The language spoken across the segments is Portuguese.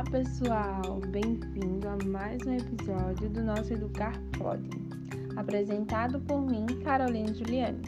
pessoal, bem-vindo a mais um episódio do nosso Educar Pod, apresentado por mim, Carolina Juliane.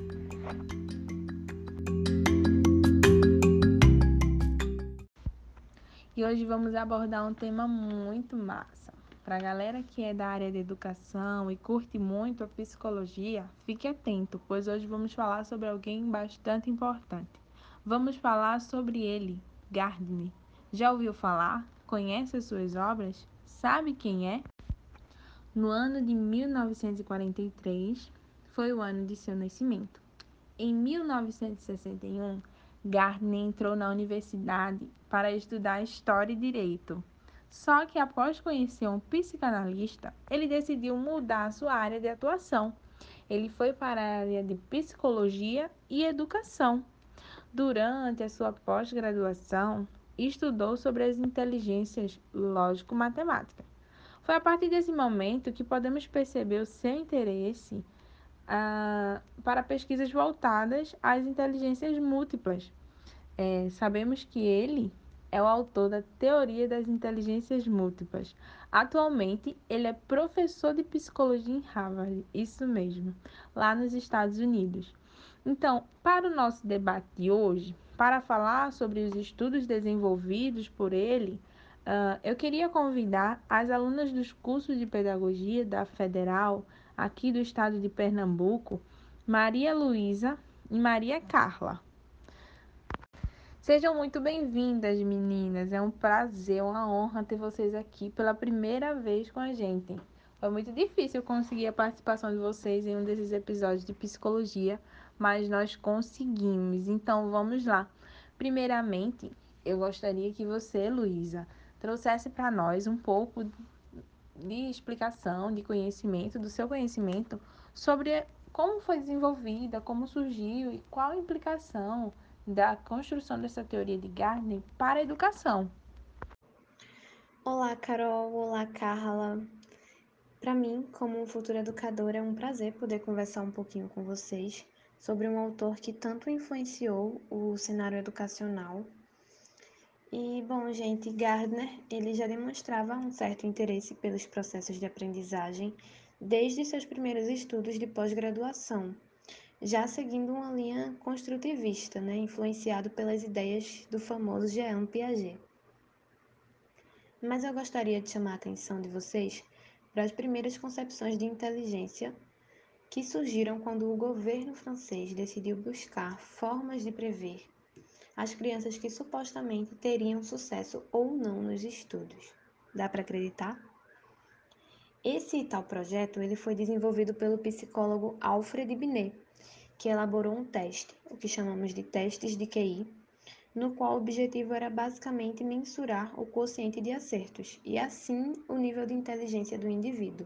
E hoje vamos abordar um tema muito massa. Para a galera que é da área de educação e curte muito a psicologia, fique atento, pois hoje vamos falar sobre alguém bastante importante. Vamos falar sobre ele, Gardner. Já ouviu falar? Conhece as suas obras? Sabe quem é? No ano de 1943, foi o ano de seu nascimento. Em 1961, Gardner entrou na universidade para estudar História e Direito. Só que após conhecer um psicanalista, ele decidiu mudar sua área de atuação. Ele foi para a área de Psicologia e Educação. Durante a sua pós-graduação, estudou sobre as inteligências lógico-matemáticas. Foi a partir desse momento que podemos perceber o seu interesse para pesquisas voltadas às inteligências múltiplas. Sabemos que ele é o autor da teoria das inteligências múltiplas. Atualmente, ele é professor de psicologia em Harvard, isso mesmo, lá nos Estados Unidos. Então, para o nosso debate de hoje, para falar sobre os estudos desenvolvidos por ele, eu queria convidar as alunas dos cursos de pedagogia da Federal, aqui do estado de Pernambuco, Maria Luísa e Maria Carla. Sejam muito bem-vindas, meninas. É um prazer, uma honra ter vocês aqui pela primeira vez com a gente. Foi muito difícil conseguir a participação de vocês em um desses episódios de psicologia, mas nós conseguimos. Então, vamos lá. Primeiramente, eu gostaria que você, Luísa, trouxesse para nós um pouco de explicação, de conhecimento, do seu conhecimento sobre como foi desenvolvida, como surgiu e qual a implicação da construção dessa teoria de Gardner para a educação. Olá, Carol. Olá, Carla. Para mim, como futura educadora, é um prazer poder conversar um pouquinho com vocês sobre um autor que tanto influenciou o cenário educacional. E, bom, gente, Gardner, ele já demonstrava um certo interesse pelos processos de aprendizagem desde seus primeiros estudos de pós-graduação, já seguindo uma linha construtivista, influenciado pelas ideias do famoso Jean Piaget. Mas eu gostaria de chamar a atenção de vocês para as primeiras concepções de inteligência que surgiram quando o governo francês decidiu buscar formas de prever as crianças que supostamente teriam sucesso ou não nos estudos. Dá para acreditar? Esse tal projeto ele foi desenvolvido pelo psicólogo Alfred Binet, que elaborou um teste, o que chamamos de testes de QI, no qual o objetivo era basicamente mensurar o quociente de acertos e, assim, o nível de inteligência do indivíduo.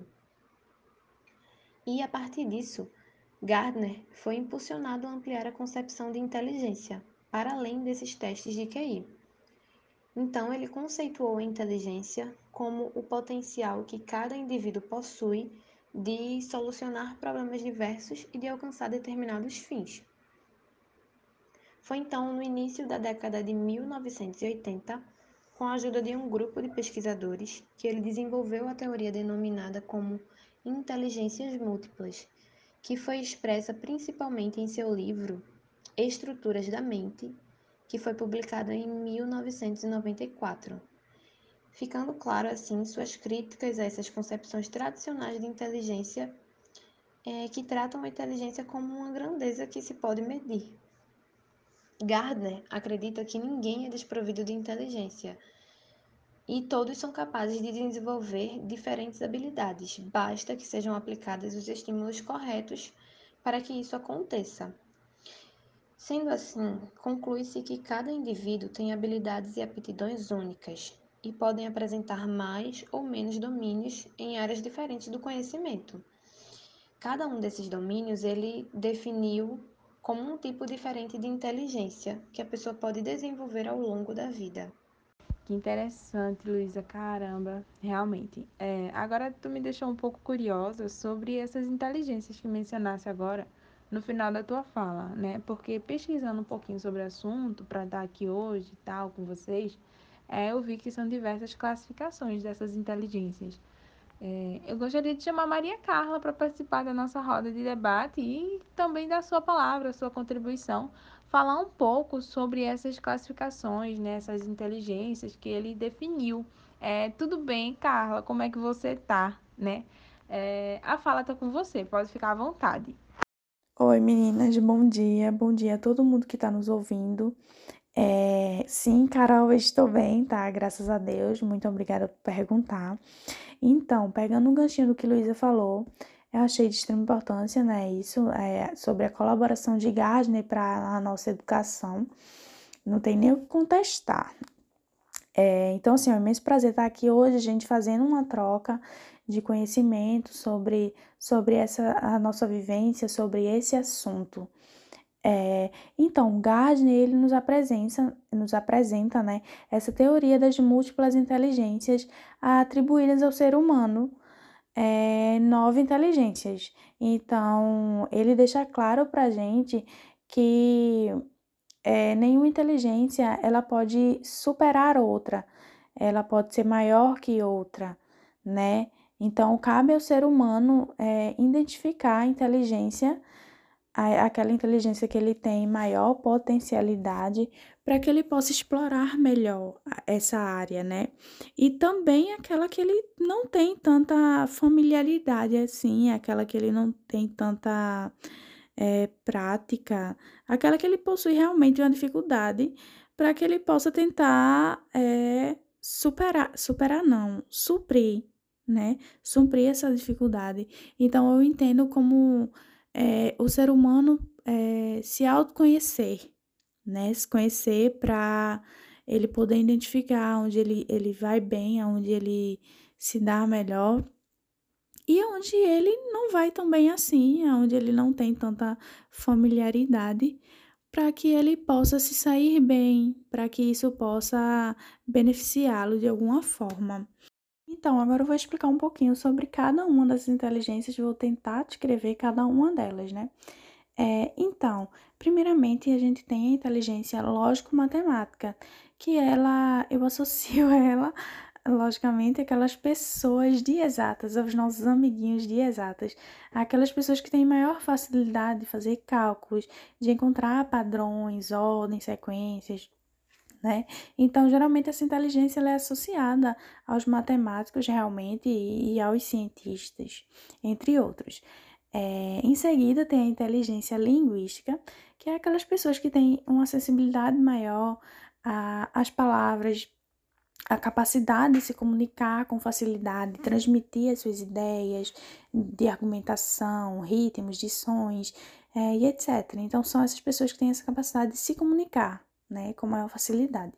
E, a partir disso, Gardner foi impulsionado a ampliar a concepção de inteligência, para além desses testes de QI. Então, ele conceituou a inteligência como o potencial que cada indivíduo possui de solucionar problemas diversos e de alcançar determinados fins. Foi então no início da década de 1980, com a ajuda de um grupo de pesquisadores, que ele desenvolveu a teoria denominada como inteligências múltiplas, que foi expressa principalmente em seu livro Estruturas da Mente, que foi publicado em 1994, ficando claro assim suas críticas a essas concepções tradicionais de inteligência que tratam a inteligência como uma grandeza que se pode medir. Gardner acredita que ninguém é desprovido de inteligência e todos são capazes de desenvolver diferentes habilidades, basta que sejam aplicados os estímulos corretos para que isso aconteça. Sendo assim, conclui-se que cada indivíduo tem habilidades e aptidões únicas e podem apresentar mais ou menos domínios em áreas diferentes do conhecimento. Cada um desses domínios ele definiu como um tipo diferente de inteligência que a pessoa pode desenvolver ao longo da vida. Que interessante, Luísa, caramba, realmente. Agora tu me deixou um pouco curiosa sobre essas inteligências que mencionasse agora no final da tua fala, né? Porque pesquisando um pouquinho sobre o assunto, para estar aqui hoje e tal com vocês, eu vi que são diversas classificações dessas inteligências. Eu gostaria de chamar Maria Carla para participar da nossa roda de debate e também dar sua palavra, sua contribuição, falar um pouco sobre essas classificações, né, essas inteligências que ele definiu. Tudo bem, Carla, como é que você está, né? A fala está com você, pode ficar à vontade. Oi, meninas, bom dia a todo mundo que está nos ouvindo. Sim, Carol, eu estou bem, tá? Graças a Deus, muito obrigada por perguntar. Então, pegando um ganchinho do que Luísa falou, eu achei de extrema importância, né? Isso, sobre a colaboração de Gardner para a nossa educação, não tem nem o que contestar. Então, assim, é um imenso prazer estar aqui hoje, a gente fazendo uma troca de conhecimento sobre a nossa vivência, sobre esse assunto. Então, Gardner, ele nos apresenta, né, essa teoria das múltiplas inteligências atribuídas ao ser humano, 9 inteligências. Então, ele deixa claro para a gente que nenhuma inteligência ela pode superar outra, ela pode ser maior que outra, né? Então, cabe ao ser humano identificar a inteligência, aquela inteligência que ele tem maior potencialidade para que ele possa explorar melhor essa área, né? E também aquela que ele não tem tanta familiaridade assim, aquela que ele não tem tanta prática, aquela que ele possui realmente uma dificuldade, para que ele possa tentar superar não, suprir, né? Suprir essa dificuldade. Então, eu entendo como o ser humano se autoconhecer, né? Se conhecer para ele poder identificar onde ele vai bem, aonde ele se dá melhor e onde ele não vai tão bem assim, onde ele não tem tanta familiaridade, para que ele possa se sair bem, para que isso possa beneficiá-lo de alguma forma. Então, agora eu vou explicar um pouquinho sobre cada uma das inteligências, vou tentar descrever cada uma delas, né? Então, primeiramente a gente tem a inteligência lógico-matemática, que eu associo ela, logicamente, aquelas pessoas de exatas, aos nossos amiguinhos de exatas, aquelas pessoas que têm maior facilidade de fazer cálculos, de encontrar padrões, ordens, sequências, né? Então, geralmente essa inteligência ela é associada aos matemáticos realmente e aos cientistas, entre outros. Em seguida, tem a inteligência linguística, que é aquelas pessoas que têm uma sensibilidade maior às palavras, a capacidade de se comunicar com facilidade, de transmitir as suas ideias, de argumentação, ritmos, dições, e etc. Então, são essas pessoas que têm essa capacidade de se comunicar, né, com maior facilidade.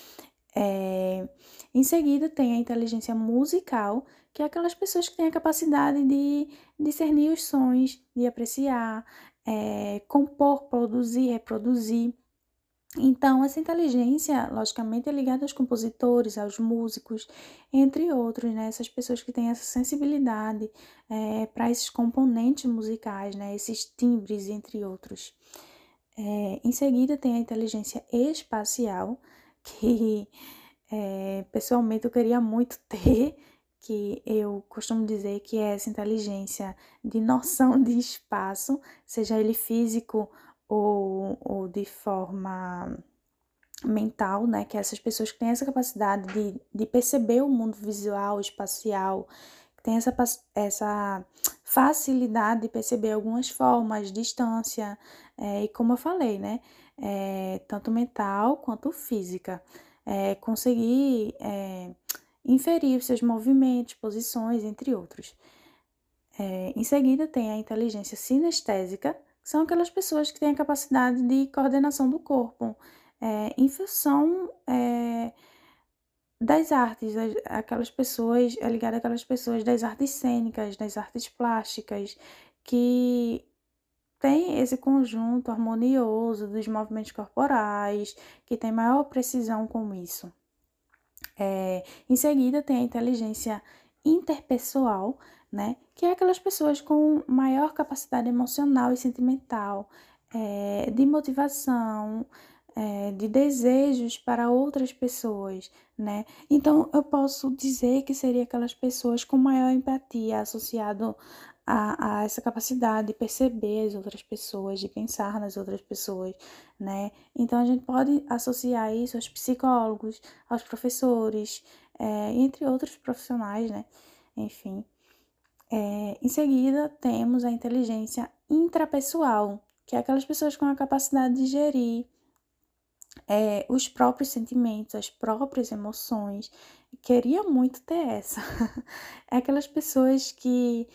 Em seguida, tem a inteligência musical, que é aquelas pessoas que têm a capacidade de discernir os sons, de apreciar, compor, produzir, reproduzir. Então, essa inteligência, logicamente, é ligada aos compositores, aos músicos, entre outros, né? Essas pessoas que têm essa sensibilidade para esses componentes musicais, né? Esses timbres, entre outros. Em seguida, tem a inteligência espacial, que pessoalmente eu queria muito ter, que eu costumo dizer que é essa inteligência de noção de espaço, seja ele físico ou de forma mental, né? Que é essas pessoas que têm essa capacidade de perceber o mundo visual, espacial, que tem essa facilidade de perceber algumas formas, distância, e como eu falei, né? Tanto mental quanto física. Conseguir inferir os seus movimentos, posições, entre outros. Em seguida, tem a inteligência sinestésica, que são aquelas pessoas que têm a capacidade de coordenação do corpo, em função das artes, aquelas pessoas, ligada àquelas pessoas das artes cênicas, das artes plásticas, que tem esse conjunto harmonioso dos movimentos corporais, que tem maior precisão com isso. Em seguida, tem a inteligência interpessoal, né? Que é aquelas pessoas com maior capacidade emocional e sentimental, de motivação, de desejos para outras pessoas, né? Então, eu posso dizer que seria aquelas pessoas com maior empatia, associado a essa capacidade de perceber as outras pessoas, de pensar nas outras pessoas, né? Então, a gente pode associar isso aos psicólogos, aos professores, entre outros profissionais, né? Enfim. Em seguida, temos a inteligência intrapessoal, que é aquelas pessoas com a capacidade de gerir os próprios sentimentos, as próprias emoções. Queria muito ter essa. É aquelas pessoas que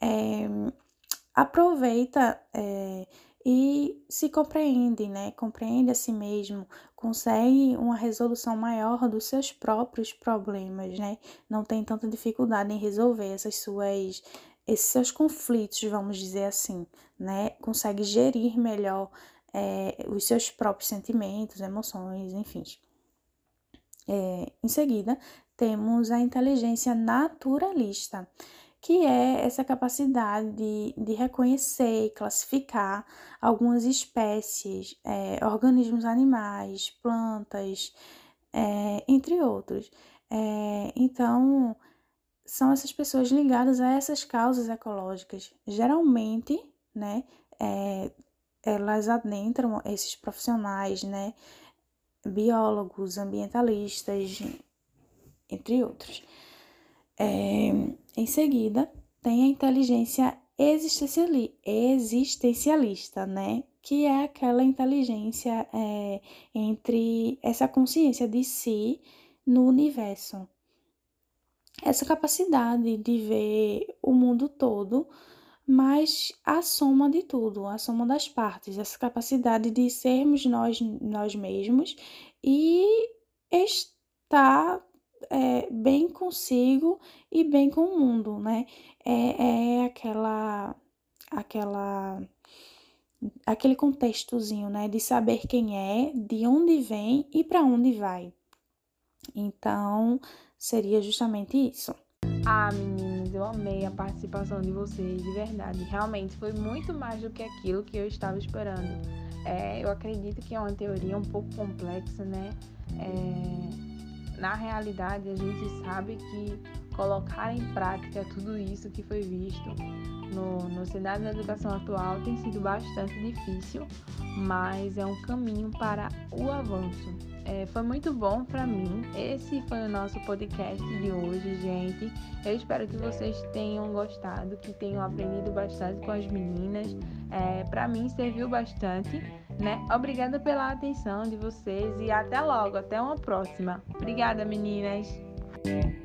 aproveita e se compreende, né? Compreende a si mesmo, consegue uma resolução maior dos seus próprios problemas, né? Não tem tanta dificuldade em resolver esses seus conflitos, vamos dizer assim, né? Consegue gerir melhor os seus próprios sentimentos, emoções, enfim. Em seguida, temos a inteligência naturalista, que é essa capacidade de reconhecer e classificar algumas espécies, organismos animais, plantas, entre outros. Então, são essas pessoas ligadas a essas causas ecológicas. Geralmente, né, elas adentram esses profissionais, né, biólogos, ambientalistas, entre outros. Em seguida, tem a inteligência existencialista, né? Que é aquela inteligência entre essa consciência de si no universo. Essa capacidade de ver o mundo todo, mas a soma de tudo, a soma das partes, essa capacidade de sermos nós mesmos e estar bem consigo e bem com o mundo, né? Aquele contextozinho, né? De saber quem é, de onde vem e para onde vai. Então, seria justamente isso. Meninas, eu amei a participação de vocês, de verdade. Realmente foi muito mais do que aquilo que eu estava esperando. Eu acredito que é uma teoria um pouco complexa, né? Na realidade, a gente sabe que colocar em prática tudo isso que foi visto no cenário da educação atual tem sido bastante difícil, mas é um caminho para o avanço. Foi muito bom para mim. Esse foi o nosso podcast de hoje, gente. Eu espero que vocês tenham gostado, que tenham aprendido bastante com as meninas. Para mim serviu bastante, né? Obrigada pela atenção de vocês e até logo, até uma próxima. Obrigada, meninas!